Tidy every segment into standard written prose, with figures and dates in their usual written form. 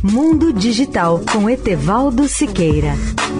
Mundo Digital com Etevaldo Siqueira.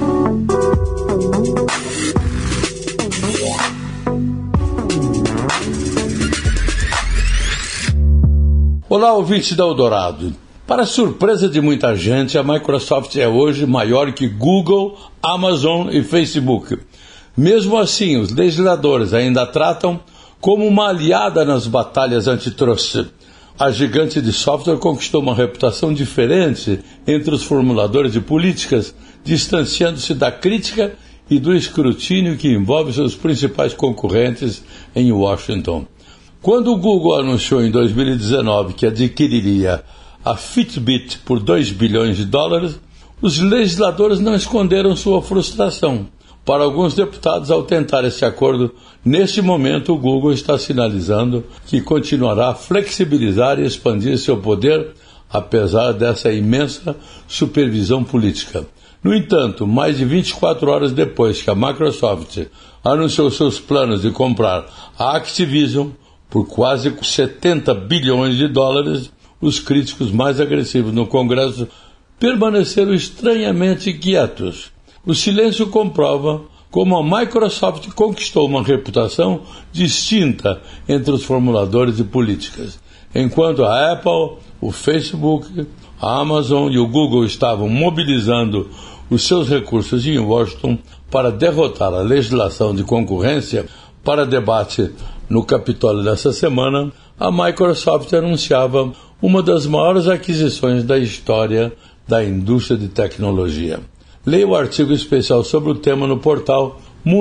Olá, ouvintes da Eldorado. Para surpresa de muita gente, a Microsoft é hoje maior que Google, Amazon e Facebook. Mesmo assim, os legisladores ainda a tratam como uma aliada nas batalhas antitrust. A gigante de software conquistou uma reputação diferente entre os formuladores de políticas, distanciando-se da crítica e do escrutínio que envolve seus principais concorrentes em Washington. Quando o Google anunciou em 2019 que adquiriria a Fitbit por $2 bilhões, os legisladores não esconderam sua frustração. Para alguns deputados, ao tentar esse acordo, neste momento o Google está sinalizando que continuará a flexibilizar e expandir seu poder, apesar dessa imensa supervisão política. No entanto, mais de 24 horas depois que a Microsoft anunciou seus planos de comprar a Activision por quase $70 bilhões, os críticos mais agressivos no Congresso permaneceram estranhamente quietos. O silêncio comprova como a Microsoft conquistou uma reputação distinta entre os formuladores de políticas. Enquanto a Apple, o Facebook, a Amazon e o Google estavam mobilizando os seus recursos em Washington para derrotar a legislação de concorrência para debate no Capitólio dessa semana, a Microsoft anunciava uma das maiores aquisições da história da indústria de tecnologia. Leia o artigo especial sobre o tema no portal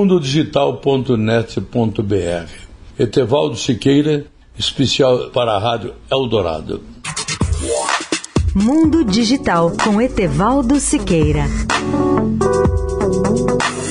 mundodigital.net.br. Etevaldo Siqueira, especial para a Rádio Eldorado. Mundo Digital com Etevaldo Siqueira.